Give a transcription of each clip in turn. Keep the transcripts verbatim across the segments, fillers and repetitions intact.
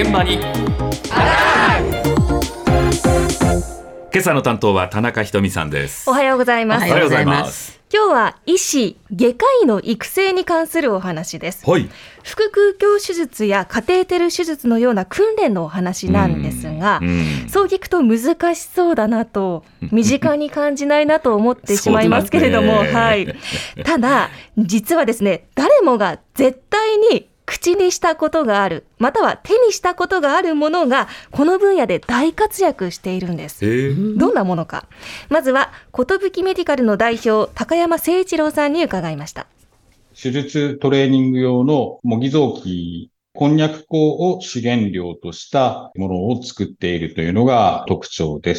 現場にアタック。今朝の担当は田中ひとみさんです。 おはようございます。 おはようございます。 今日は医師・外科医の育成に関するお話です。 はい。 腹腔鏡手術やカテーテル手術のような訓練のお話なんですが、 うんうん、 そう聞くと難しそうだなと、身近に感じないなと思ってしまいますけれども、はい。ただ実はですね、誰もが絶対に口にしたことがある、または手にしたことがあるものがこの分野で大活躍しているんです。どんなものか。まずは寿メディカルの代表高山誠一郎さんに伺いました。 手術トレーニング用の模擬臓器、こんにゃく粉を主原料としたものを作っているというのが特徴です。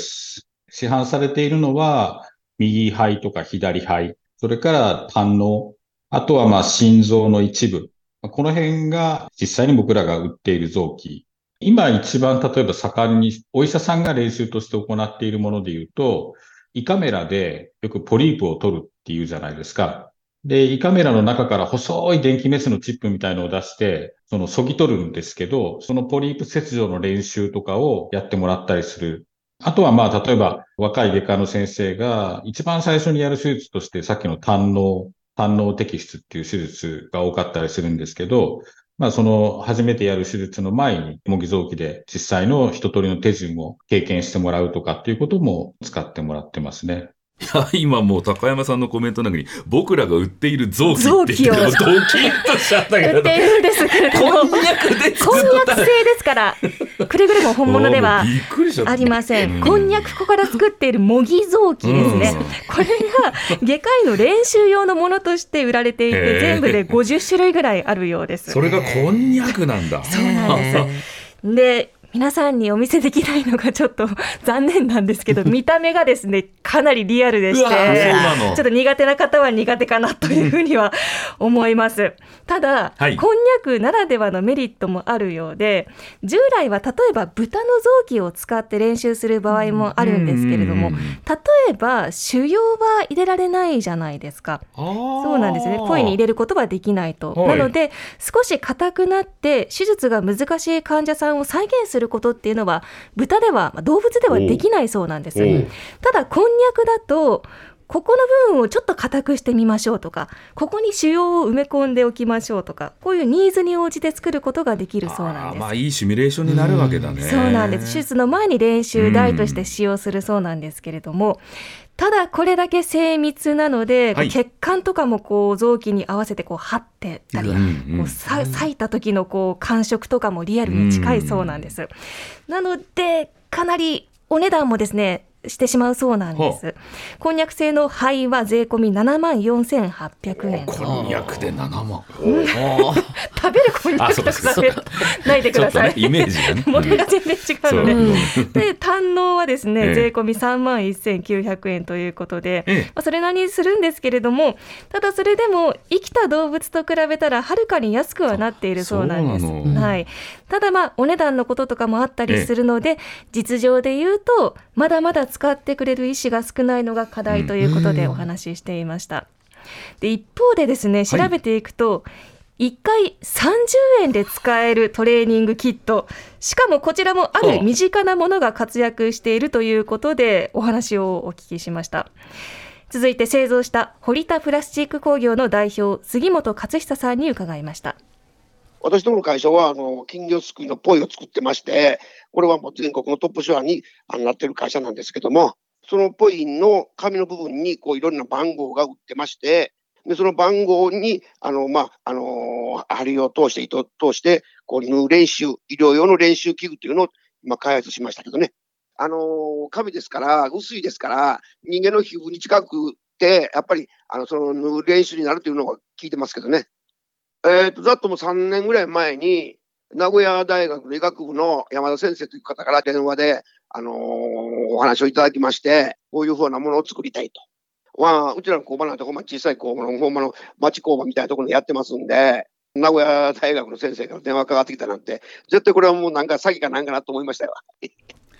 市販されているのは右肺とか左肺、それから胆の、あとはまあ心臓の一部、この辺が実際に僕らが売っている臓器。今一番例えば盛んにお医者さんが練習として行っているもので言うと、胃カメラでよくポリープを取るっていうじゃないですか。で、胃カメラの中から細い電気メスのチップみたいのを出して、その削ぎ取るんですけど、そのポリープ切除の練習とかをやってもらったりする。あとはまあ、例えば若い外科の先生が一番最初にやる手術としてさっきの胆の胆の摘出っていう手術が多かったりするんですけど、まあその初めてやる手術の前に模擬臓器で実際の一通りの手順を経験してもらうとかっていうことも使ってもらってますね。 いや今もう高山さんのコメントの中に僕らが売っている臓器って言ってもドキッとしちゃったけど、 売っているんですけれども、 こんにゃくで作こんにったゃく製ですからくれぐれも本物ではびっくりしちゃったありません、 うん、 こんにゃく粉から作っている模擬臓器ですね、うん、これが外科医の練習用のものとして売られていて全部でごじゅっしゅるいぐらいあるようです。 それがこんにゃくなんだ。 そうなんですで皆さんにお見せできないのがちょっと残念なんですけど見た目がですねかなりリアルでしてちょっと苦手な方は苦手かなというふうには思いますただ、はい、こんにゃくならではのメリットもあるようで従来は例えば豚の臓器を使って練習する場合もあるんですけれども、例えば腫瘍は入れられないじゃないですか。そうなんですね、声に入れることはできないと、はい、なので少し硬くなって手術が難しい患者さんを再現することっていうのは豚では動物ではできないそうなんです。ただこんにゃくだとここの部分をちょっと硬くしてみましょうとかここに腫瘍を埋め込んでおきましょうとかこういうニーズに応じて作ることができるそうなんです。 あ、まあ、いいシミュレーションになるわけだね、うん、 そうなんです。手術の前に練習台として使用するそうなんですけれども、ただこれだけ精密なので、はい、血管とかもこう臓器に合わせてこう張ってたり、うんうん、こうさ裂いた時のこう感触とかもリアルに近いそうなんです、うん、なのでかなりお値段もですねしてしまうそうなんです。こんにゃく製の肺は税込みななまんよんせんはっぴゃくえん。 こんにゃくでななまん食べるこんにゃくと比べないでください、 ね、イメージがねものが全然違うので、うん、で胆のはですね、ええ、税込みさんまんせんきゅうひゃくえんということで、ええまあ、それなりにするんですけれどもただそれでも生きた動物と比べたらはるかに安くはなっているそうなんです。はい、ただまあお値段のこととかもあったりするので、ええ、実情で言うとまだまだ使ってくれる医師が少ないのが課題ということでお話ししていました。で一方でですね調べていくと、はい、いっかいさんじゅうえんで使えるトレーニングキット、しかもこちらもある身近なものが活躍しているということでお話をお聞きしました。続いて製造した堀田プラスチック工業の代表杉本勝久さんに伺いました。 私どもの会社はあの金魚すくいのポイを作ってまして、これはもう全国のトップシェアにあのなっている会社なんですけども、そのポイの紙の部分にこういろんな番号が売ってまして、でその番号にあの、まああのー、針を通して糸を通してこう縫う練習、医療用の練習器具というのを今開発しましたけどね。あのー、紙ですから薄いですから人間の皮膚に近くてやっぱりあのその縫う練習になるというのが聞いてますけどね。えーと、ざっともさんねんぐらい前に名古屋大学の医学部の山田先生という方から電話で、あのー、お話をいただきまして、こういうふうなものを作りたいと。まあ、うちらの工場なんてほんま小さい工場のほんまの町工場みたいなところでやってますんで、名古屋大学の先生から電話かかってきたなんて、絶対これはもうなんか詐欺かなんかなと思いましたよ。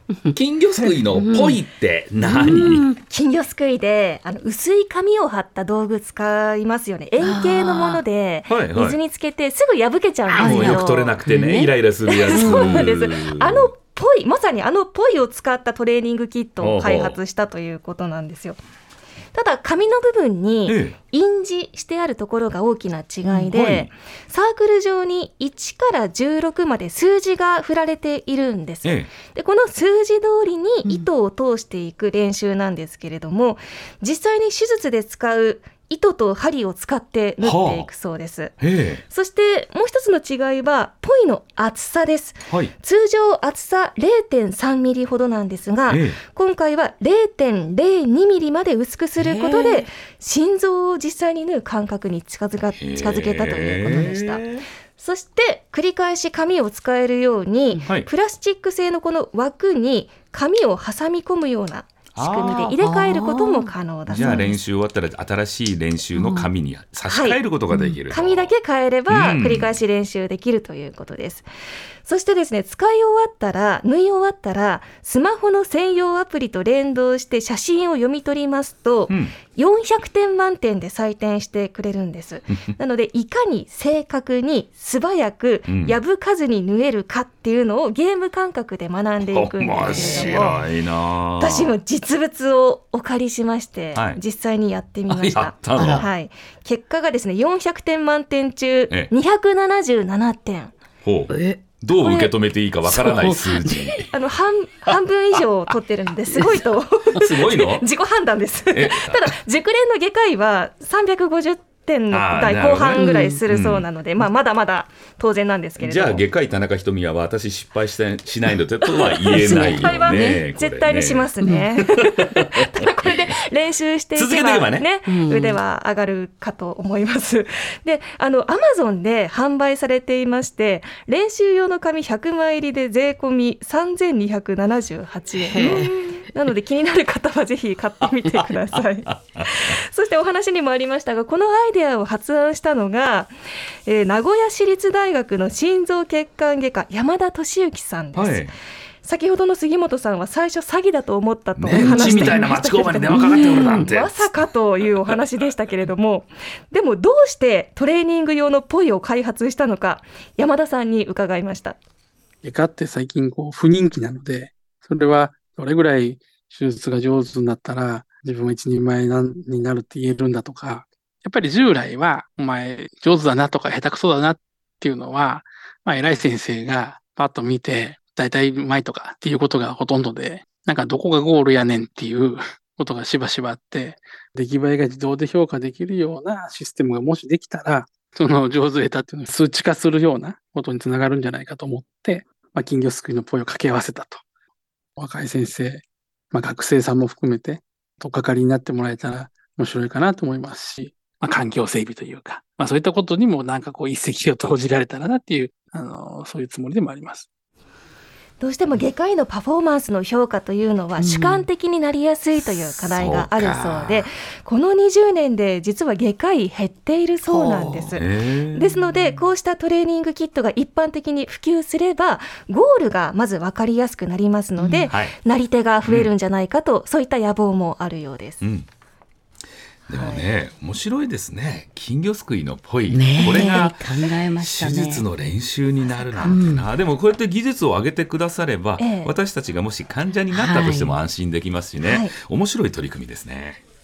金魚すくいのポイって何、うん、 金魚すくいであの薄い紙を貼った道具使いますよね。円形のもので水につけてすぐ破けちゃうんですよ。 よく取れなくてね、イライラするやつ。 そうなんです。あのポイ、まさにあのポイを使ったトレーニングキットを開発したということなんですよ。ただ紙の部分に印字してあるところが大きな違いで、ええ、はい、サークル上にいちからじゅうろくまで数字が振られているんです、ええ、でこの数字通りに糸を通していく練習なんですけれども、うん、実際に手術で使う糸と針を使って縫っていくそうです、はあ、そしてもう一つの違いはポイの厚さです、はい、通常厚さ れいてんさんミリほどなんですが、今回は れいてんれいにミリまで薄くすることで心臓を実際に縫う感覚に近づか、近づけたということでした。そして繰り返し紙を使えるように、はい、プラスチック製のこの枠に紙を挟み込むような仕組みで入れ替えることも可能だそうです。 じゃあ練習終わったら新しい練習の紙に差し替えることができる、 うん、はい、紙だけ変えれば繰り返し練習できるということです、うん、そしてですね、使い終わったら縫い終わったらスマホの専用アプリと連動して写真を読み取りますと、うん、よんひゃくてん満点で採点してくれるんですなのでいかに正確に素早く破かずに縫えるかっていうのをゲーム感覚で学んでいくんですけれども、 面白いな。 私も実物をお借りしまして、はい、実際にやってみました。 やったの、 はい、結果がですねよんひゃくてん満点中にひゃくななじゅうななてん。 ほう、えどう受け止めていいかわからない数字。 あの 半, 半分以上取ってるんですごいとすごいの自己判断です。ただ熟練の外科医はさんびゃくごじゅってん台後半ぐらいするそうなので、ね、うん、まあ、まだまだ当然なんですけれども、 じゃあ外科医田中瞳は私失敗してしないのとは言えないよね。失敗はね絶対にしますね、うん、ただこれで練習していけば、 続けていけばね、 ね、うん、腕は上がるかと思います。で、あの Amazon で販売されていまして、練習用の紙ひゃくまい入りで税込みさんぜんにひゃくななじゅうはちえんなので気になる方はぜひ買ってみてくださいそしてお話にもありましたが、このアイデアを発案したのが、えー、名古屋市立大学の心臓血管外科山田俊之さんです、はい、先ほどの杉本さんは最初詐欺だと思ったと話していましたけれども、 メンチみたいな町工場に電話かかってくるなんてまさかというお話でしたけれどもでもどうしてトレーニング用のポイを開発したのか、山田さんに伺いました。 外科って最近こう不人気なので、それはどれぐらい手術が上手になったら自分は一人前になるって言えるんだとか、やっぱり従来はお前上手だなとか下手くそだなっていうのは、まあ偉い先生がパッと見て大体うまいとかっていうことがほとんどで、なんかどこがゴールやねんっていうことがしばしばあって、出来栄えが自動で評価できるようなシステムがもしできたら、その上手下手っていうのを数値化するようなことにつながるんじゃないかと思って、まあ、金魚すくいのポイを掛け合わせたと。若い先生、まあ、学生さんも含めて取っかかりになってもらえたら面白いかなと思いますし、まあ、環境整備というか、まあ、そういったことにもなんかこう一石を投じられたらなっていう、あのそういうつもりでもあります。 どうしても外科医のパフォーマンスの評価というのは主観的になりやすいという課題があるそうで、うん、そうこのにじゅうねんで実は外科医減っているそうなんです。ですのでこうしたトレーニングキットが一般的に普及すればゴールがまず分かりやすくなりますので、うん、はい、なり手が増えるんじゃないかと、うん、そういった野望もあるようです、うん、 でもね、はい、面白いですね。金魚すくいのポイ、ね、これが手術の練習になるなんてな、うん、でもこうやって技術を上げてくだされば、ええ、私たちがもし患者になったとしても安心できますしね、はい、面白い取り組みですね。